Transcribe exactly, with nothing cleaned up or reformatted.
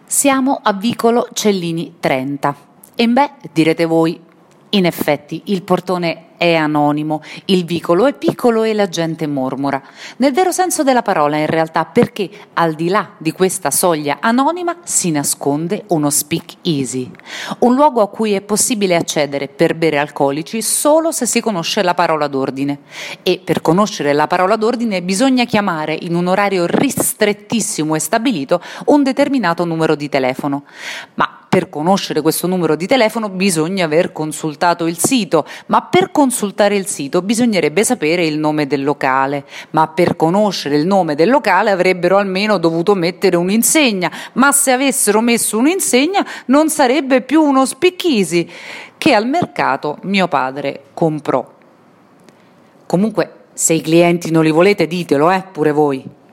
Siamo a Vicolo Cellini trenta. E beh, direte voi, in effetti il portone è anonimo, il vicolo è piccolo e la gente mormora. Nel vero senso della parola, in realtà, perché al di là di questa soglia anonima si nasconde uno speak easy, un luogo a cui è possibile accedere per bere alcolici solo se si conosce la parola d'ordine. E per conoscere la parola d'ordine bisogna chiamare in un orario ristrettissimo e stabilito un determinato numero di telefono. Ma per conoscere questo numero di telefono bisogna aver consultato il sito, ma per consultare il sito bisognerebbe sapere il nome del locale, ma per conoscere il nome del locale avrebbero almeno dovuto mettere un'insegna, ma se avessero messo un'insegna non sarebbe più uno speakeasy, che al mercato mio padre comprò. Comunque, se i clienti non li volete, ditelo, eh, pure voi.